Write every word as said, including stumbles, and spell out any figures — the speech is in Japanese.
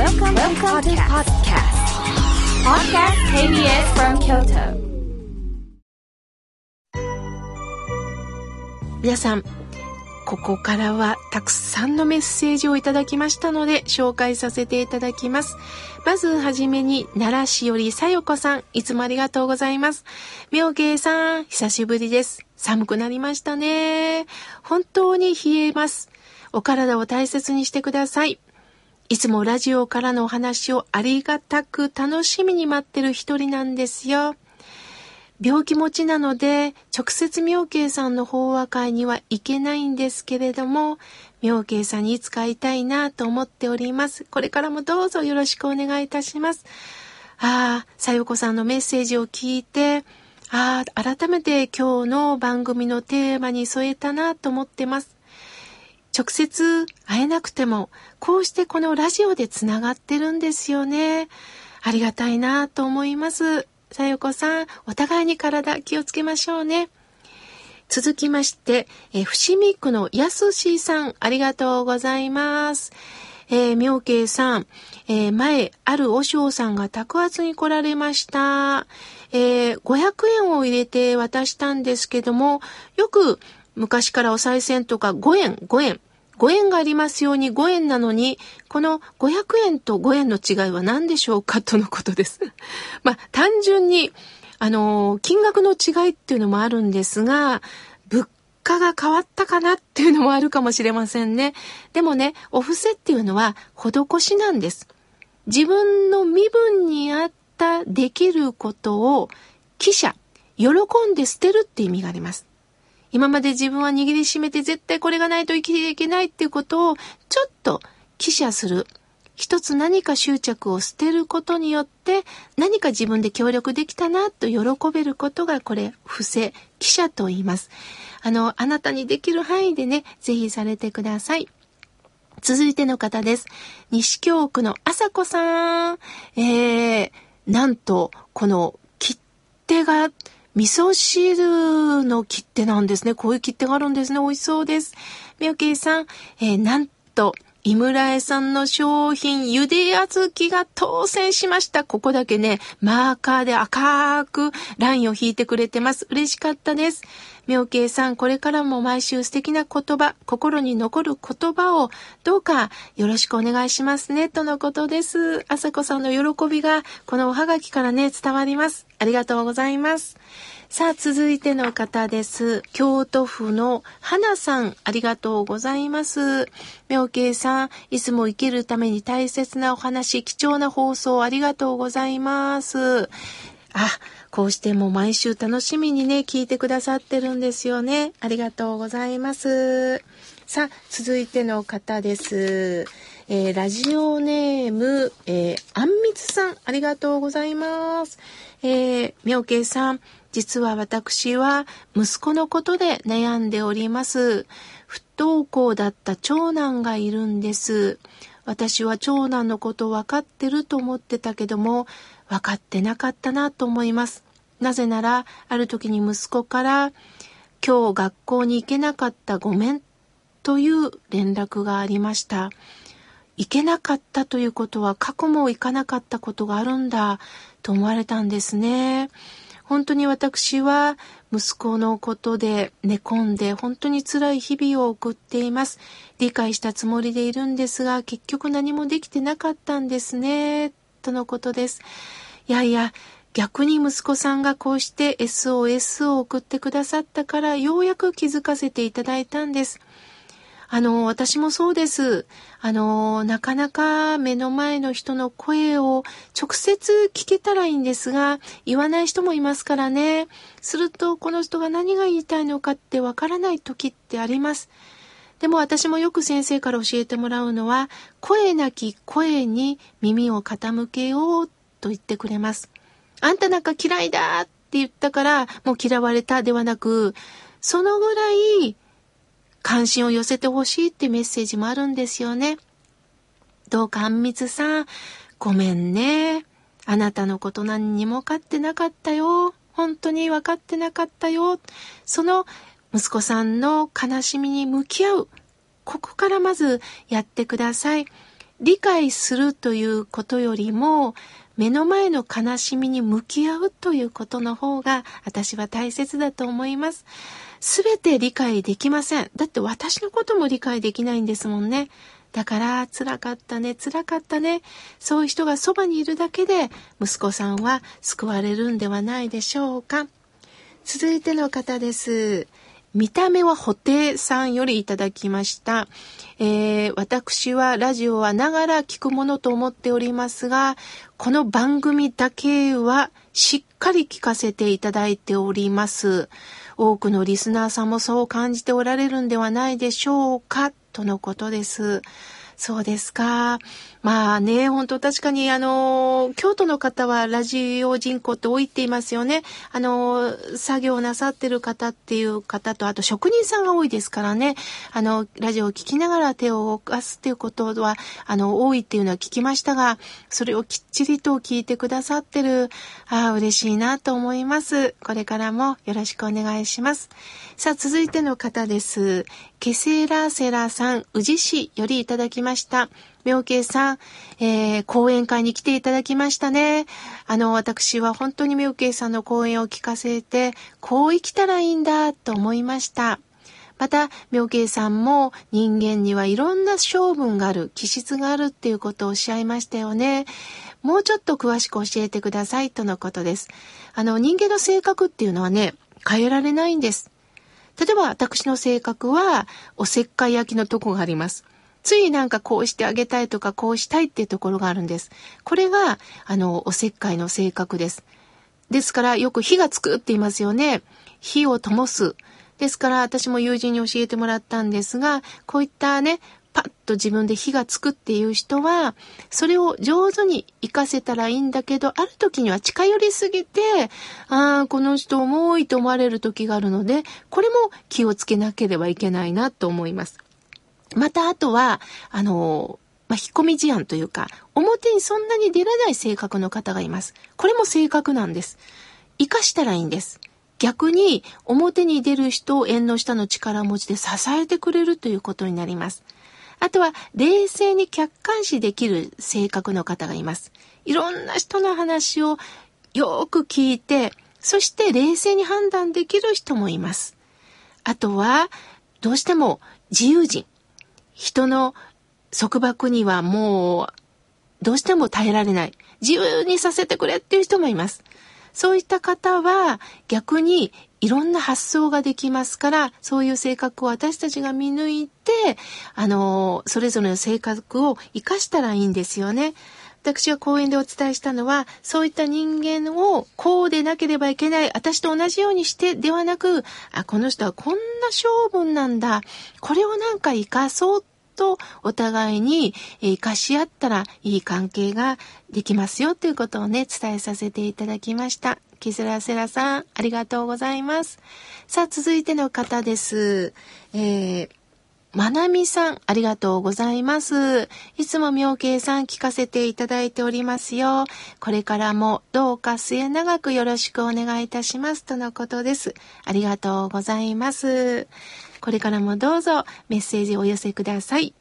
Welcome, Welcome to podcast. Podcast ケービーエス from Kyoto. 皆さん、ここからはたくさんのメッセージをいただきましたので紹介させていただきます。まずはじめに奈良市よりさよこさん、いつもありがとうございます。妙慶さん、久しぶりです。寒くなりましたね。本当に冷えます。お体を大切にしてください。いつもラジオからのお話をありがたく楽しみに待ってる一人なんですよ。病気持ちなので直接妙慶さんの法話会には行けないんですけれども、妙慶さんにいつか会いたいなと思っております。これからもどうぞよろしくお願いいたします。ああ、さよこさんのメッセージを聞いて、ああ、改めて今日の番組のテーマに添えたなと思ってます。直接会えなくてもこうしてこのラジオでつながってるんですよね。ありがたいなと思います。さよこさん、お互いに体気をつけましょうね。続きまして、え伏見区のやすしさん、ありがとうございます。えー、妙慶さん、えー、前ある和尚さんが宅発に来られました。えー、ごひゃくえんを入れて渡したんですけども、よく昔からお賽銭とかごえん、ごえん、ごえんがありますようにごえんなのに、このごひゃくえんとごえんの違いは何でしょうかとのことです。まあ単純に、あのー、金額の違いっていうのもあるんですが、物価が変わったかなっていうのもあるかもしれませんね。でもね、お布施っていうのは施しなんです。自分の身分に合ったできることを喜捨、喜んで捨てるっていう意味があります。今まで自分は握りしめて絶対これがないと生きていけないっていうことをちょっと喜捨する。一つ何か執着を捨てることによって何か自分で協力できたなと喜べることがこれ布施、喜捨と言います。あの、あなたにできる範囲でね、ぜひされてください。続いての方です。西京区のあさこさん。えー、なんとこの切手が味噌汁の切手なんですね。こういう切手があるんですね。美味しそうです。妙慶さん、えー、なんと井村屋さんの商品ゆで小豆が当選しました。ここだけね、マーカーで赤くラインを引いてくれてます。嬉しかったです。妙慶さん、これからも毎週素敵な言葉、心に残る言葉をどうかよろしくお願いしますねとのことです。あさこさんの喜びがこのおはがきからね伝わります。ありがとうございます。さあ続いての方です。京都府の花さん、ありがとうございます。妙慶さん、いつも生きるために大切なお話、貴重な放送ありがとうございます。あ、こうしても毎週楽しみにね聞いてくださってるんですよね。ありがとうございます。さあ続いての方です。えー、ラジオネーム、えー、あんみつさん、ありがとうございます。えー、妙慶さん、実は私は息子のことで悩んでおります。不登校だった長男がいるんです。私は長男のことを分かってると思ってたけども分かってなかったなと思います。なぜならある時に息子から今日学校に行けなかったごめんという連絡がありました。行けなかったということは過去も行かなかったことがあるんだと思われたんですね。本当に私は息子のことで寝込んで本当に辛い日々を送っています。理解したつもりでいるんですが結局何もできてなかったんですねとのことです。いやいや、逆に息子さんがこうして エスオーエス を送ってくださったからようやく気づかせていただいたんです。あの、私もそうです。あの、なかなか目の前の人の声を直接聞けたらいいんですが、言わない人もいますからね。すると、この人が何が言いたいのかってわからない時ってあります。でも私もよく先生から教えてもらうのは、声なき声に耳を傾けようと言ってくれます。あんたなんか嫌いだって言ったからもう嫌われたではなく、そのぐらい関心を寄せてほしいってメッセージもあるんですよね。どうかあんみつさん、ごめんね。あなたのこと何にも分かってなかったよ。本当に分かってなかったよ。その息子さんの悲しみに向き合う。ここからまずやってください。 理解するということよりも、目の前の悲しみに向き合うということの方が私は大切だと思います。すべて理解できません。だって私のことも理解できないんですもんね。だから辛かったね、辛かったね。そういう人がそばにいるだけで息子さんは救われるんではないでしょうか。続いての方です。見た目は布袋さんよりいただきました。えー、私はラジオはながら聞くものと思っておりますが、この番組だけはしっかり聞かせていただいております。多くのリスナーさんもそう感じておられるんではないでしょうか、とのことです。そうですか。まあね、本当確かにあの京都の方はラジオ人口って多いって言いますよね。あの作業なさってる方っていう方と、あと職人さんが多いですからね。あのラジオを聞きながら手を動かすっていうことはあの多いっていうのは聞きましたが、それをきっちりと聞いてくださってる、ああ嬉しいなと思います。これからもよろしくお願いします。さあ続いての方です。ケセラセラさん、宇治市よりいただきました。妙慶さん、えー、講演会に来ていただきましたね。あの、私は本当に妙慶さんの講演を聞かせて、こう生きたらいいんだと思いました。また、妙慶さんも人間にはいろんな性分がある、気質があるっていうことをおっしゃいましたよね。もうちょっと詳しく教えてくださいとのことです。あの、人間の性格っていうのはね、変えられないんです。例えば私の性格はおせっかい焼きのとこがあります。ついなんかこうしてあげたいとかこうしたいっていうところがあるんです。これがあのおせっかいの性格です。ですからよく火がつくって言いますよね。火を灯す。ですから私も友人に教えてもらったんですが、こういったね、パッと自分で火がつくっていう人は、それを上手に活かせたらいいんだけど、ある時には近寄りすぎて、ああ、この人重いと思われる時があるので、これも気をつけなければいけないなと思います。またあとは、あの、まあ、引っ込み思案というか、表にそんなに出らない性格の方がいます。これも性格なんです。活かしたらいいんです。逆に表に出る人を縁の下の力持ちで支えてくれるということになります。あとは冷静に客観視できる性格の方がいます。いろんな人の話をよく聞いて、そして冷静に判断できる人もいます。あとはどうしても自由人。人の束縛にはもうどうしても耐えられない。自由にさせてくれっていう人もいます。そういった方は逆にいろんな発想ができますから、そういう性格を私たちが見抜いて、あの、それぞれの性格を生かしたらいいんですよね。私は講演でお伝えしたのは、そういった人間をこうでなければいけない、私と同じようにしてではなく、あ、この人はこんな性分なんだ。これをなんか生かそうとお互いに生かし合ったらいい関係ができますよということをね、伝えさせていただきました。キスラセラさん、ありがとうございます。さあ、続いての方です。えー、まなみさん、ありがとうございます。いつも妙慶さん聞かせていただいておりますよ。これからもどうか末永くよろしくお願いいたしますとのことです。ありがとうございます。これからもどうぞメッセージをお寄せください。